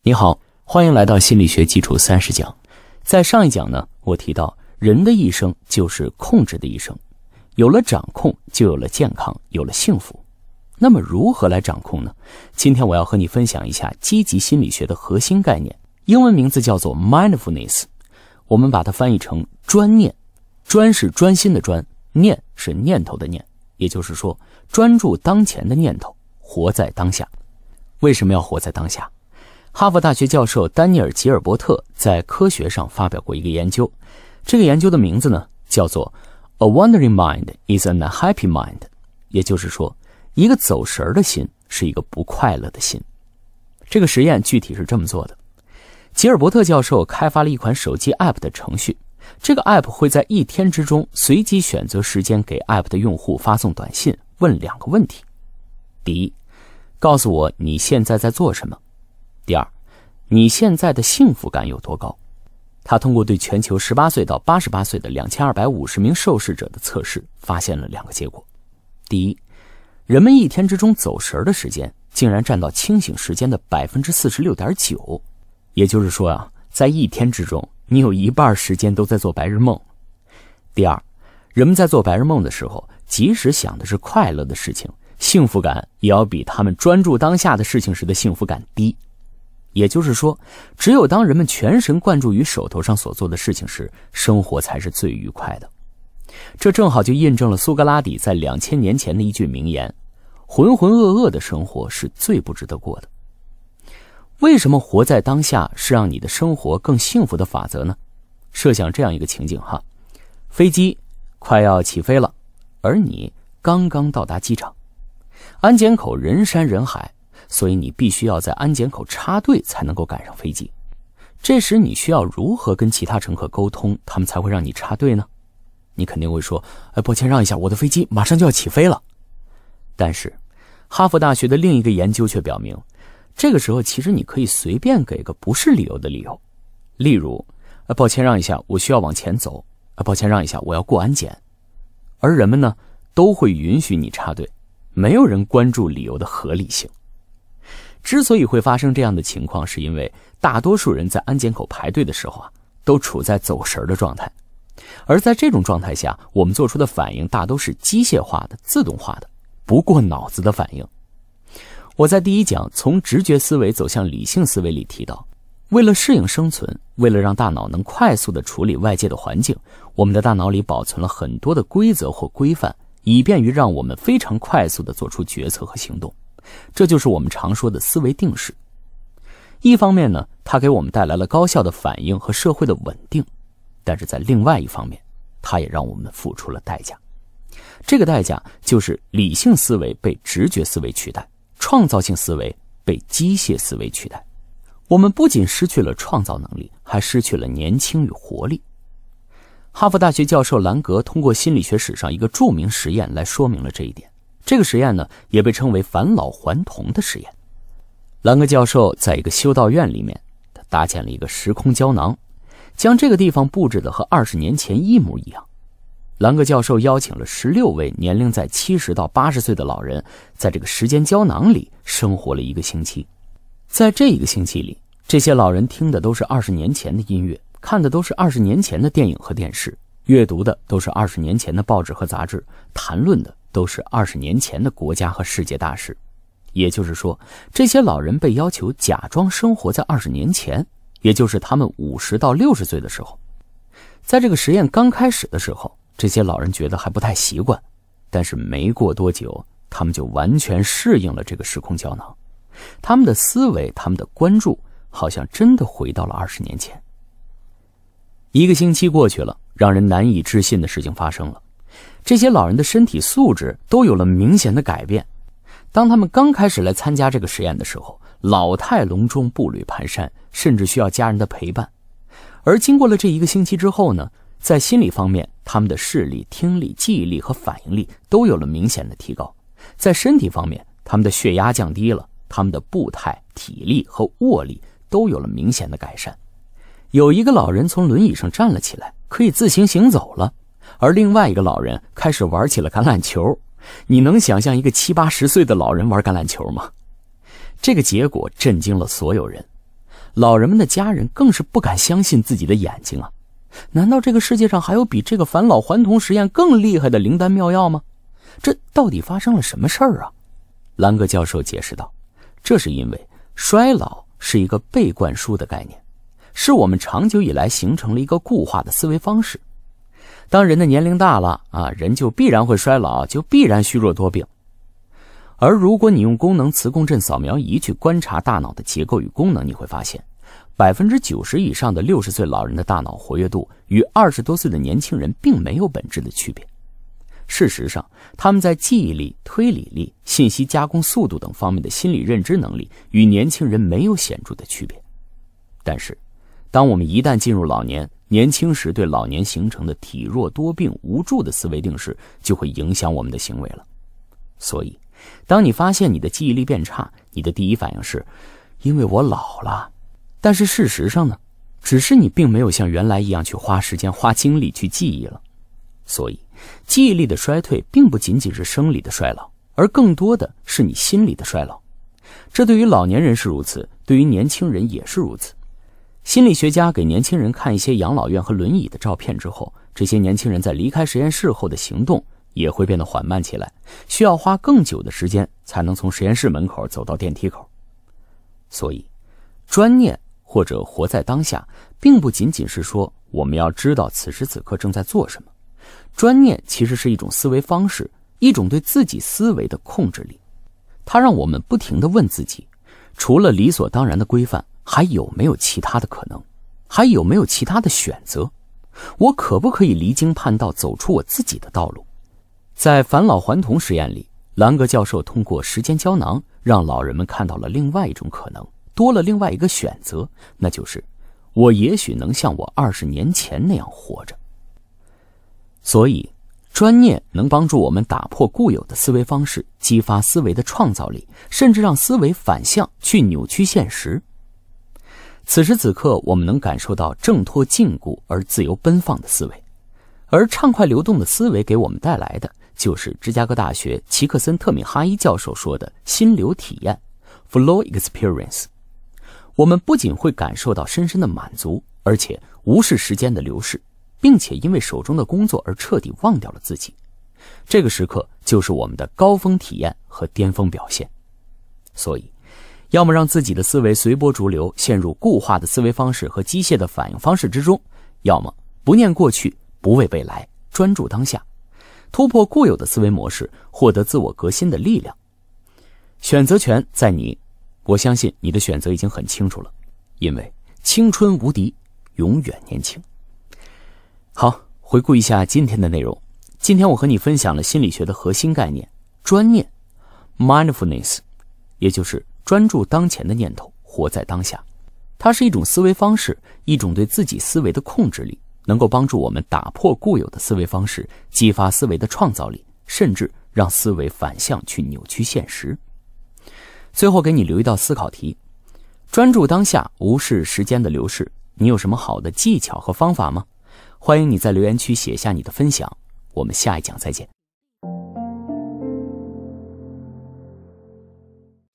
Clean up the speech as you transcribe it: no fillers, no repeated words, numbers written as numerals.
你好，欢迎来到心理学基础30讲。在上一讲呢，我提到人的一生就是控制的一生，有了掌控就有了健康，有了幸福。那么如何来掌控呢？今天我要和你分享一下积极心理学的核心概念，英文名字叫做 mindfulness， 我们把它翻译成专念。专是专心的专，念是念头的念，也就是说专注当前的念头，活在当下。为什么要活在当下？哈佛大学教授丹尼尔·吉尔伯特在科学上发表过一个研究，这个研究的名字呢叫做 A wandering mind is an unhappy mind， 也就是说一个走神的心是一个不快乐的心。这个实验具体是这么做的，吉尔伯特教授开发了一款手机 App 的程序，这个 App 会在一天之中随机选择时间给 App 的用户发送短信，问2个问题。第一，告诉我你现在在做什么。第二，你现在的幸福感有多高？他通过对全球18岁到88岁的2250名受试者的测试，发现了2个结果。第一，人们一天之中走神的时间竟然占到清醒时间的 46.9%， 也就是说啊，在一天之中你有一半时间都在做白日梦。第二，人们在做白日梦的时候，即使想的是快乐的事情，幸福感也要比他们专注当下的事情时的幸福感低。也就是说，只有当人们全神贯注于手头上所做的事情时，生活才是最愉快的。这正好就印证了苏格拉底在2000年前的一句名言：浑浑噩噩的生活是最不值得过的。为什么活在当下是让你的生活更幸福的法则呢？设想这样一个情景哈，飞机快要起飞了，而你刚刚到达机场，安检口人山人海，所以你必须要在安检口插队才能够赶上飞机。这时你需要如何跟其他乘客沟通，他们才会让你插队呢？你肯定会说，抱歉让一下，我的飞机马上就要起飞了。但是哈佛大学的另一个研究却表明，这个时候其实你可以随便给个不是理由的理由，例如抱歉让一下，我需要往前走，抱歉让一下，我要过安检。而人们呢都会允许你插队，没有人关注理由的合理性。之所以会发生这样的情况，是因为大多数人在安检口排队的时候都处在走神的状态。而在这种状态下，我们做出的反应大都是机械化的、自动化的，不过脑子的反应。我在第1讲从直觉思维走向理性思维里提到，为了适应生存，为了让大脑能快速地处理外界的环境，我们的大脑里保存了很多的规则或规范，以便于让我们非常快速地做出决策和行动。这就是我们常说的思维定式。一方面呢，它给我们带来了高效的反应和社会的稳定，但是在另外一方面，它也让我们付出了代价。这个代价就是理性思维被直觉思维取代，创造性思维被机械思维取代。我们不仅失去了创造能力，还失去了年轻与活力。哈佛大学教授兰格通过心理学史上一个著名实验来说明了这一点。这个实验呢，也被称为返老还童的实验。兰格教授在一个修道院里面，他搭建了一个时空胶囊，将这个地方布置得和20年前一模一样。兰格教授邀请了16位年龄在70到80岁的老人，在这个时间胶囊里生活了1个星期。在这1个星期里，这些老人听的都是20年前的音乐，看的都是20年前的电影和电视，阅读的都是20年前的报纸和杂志，谈论的都是20年前的国家和世界大事。也就是说，这些老人被要求假装生活在20年前，也就是他们50到60岁的时候。在这个实验刚开始的时候，这些老人觉得还不太习惯，但是没过多久，他们就完全适应了这个时空胶囊。他们的思维，他们的关注，好像真的回到了20年前。1个星期过去了，让人难以置信的事情发生了。这些老人的身体素质都有了明显的改变。当他们刚开始来参加这个实验的时候，老态龙钟、步履蹒跚，甚至需要家人的陪伴。而经过了这1个星期之后呢，在心理方面，他们的视力、听力、记忆力和反应力都有了明显的提高。在身体方面，他们的血压降低了，他们的步态、体力和握力都有了明显的改善。有1个老人从轮椅上站了起来，可以自行行走了，而另外1个老人开始玩起了橄榄球。你能想象一个70、80岁的老人玩橄榄球吗？这个结果震惊了所有人。 老人们的家人更是不敢相信自己的眼睛啊！难道这个世界上还有比这个返老还童实验更厉害的灵丹妙药吗？这到底发生了什么事儿啊？兰格教授解释道，这是因为衰老是一个被灌输的概念，是我们长久以来形成了一个固化的思维方式。当人的年龄大了人就必然会衰老，就必然虚弱多病。而如果你用功能磁共振扫描仪去观察大脑的结构与功能，你会发现90%以上的60岁老人的大脑活跃度与20多岁的年轻人并没有本质的区别。事实上，他们在记忆力、推理力、信息加工速度等方面的心理认知能力与年轻人没有显著的区别。但是当我们一旦进入老年，年轻时对老年形成的体弱多病无助的思维定式就会影响我们的行为了。所以当你发现你的记忆力变差，你的第一反应是因为我老了。但是事实上呢，只是你并没有像原来一样去花时间花精力去记忆了。所以记忆力的衰退并不仅仅是生理的衰老，而更多的是你心理的衰老。这对于老年人是如此，对于年轻人也是如此。心理学家给年轻人看一些养老院和轮椅的照片之后，这些年轻人在离开实验室后的行动也会变得缓慢起来，需要花更久的时间才能从实验室门口走到电梯口。所以专念或者活在当下并不仅仅是说我们要知道此时此刻正在做什么，专念其实是一种思维方式，一种对自己思维的控制力。它让我们不停地问自己，除了理所当然的规范，还有没有其他的可能？还有没有其他的选择？我可不可以离经叛道，走出我自己的道路？在返老还童实验里，兰格教授通过时间胶囊让老人们看到了另外一种可能，多了另外一个选择，那就是我也许能像我20年前那样活着。所以专念能帮助我们打破固有的思维方式，激发思维的创造力，甚至让思维反向去扭曲现实。此时此刻，我们能感受到挣脱禁锢而自由奔放的思维，而畅快流动的思维给我们带来的就是芝加哥大学奇克森特米哈伊教授说的心流体验 flow experience。 我们不仅会感受到深深的满足，而且无视时间的流逝，并且因为手中的工作而彻底忘掉了自己。这个时刻就是我们的高峰体验和巅峰表现。所以要么让自己的思维随波逐流，陷入固化的思维方式和机械的反应方式之中，要么不念过去，不畏未来，专注当下，突破固有的思维模式，获得自我革新的力量。选择权在你，我相信你的选择已经很清楚了，因为青春无敌，永远年轻。好，回顾一下今天的内容。今天我和你分享了心理学的核心概念，专念 mindfulness， 也就是专注当前的念头，活在当下。它是一种思维方式，一种对自己思维的控制力，能够帮助我们打破固有的思维方式，激发思维的创造力，甚至让思维反向去扭曲现实。最后给你留一道思考题，专注当下，无视时间的流逝，你有什么好的技巧和方法吗？欢迎你在留言区写下你的分享，我们下一讲再见。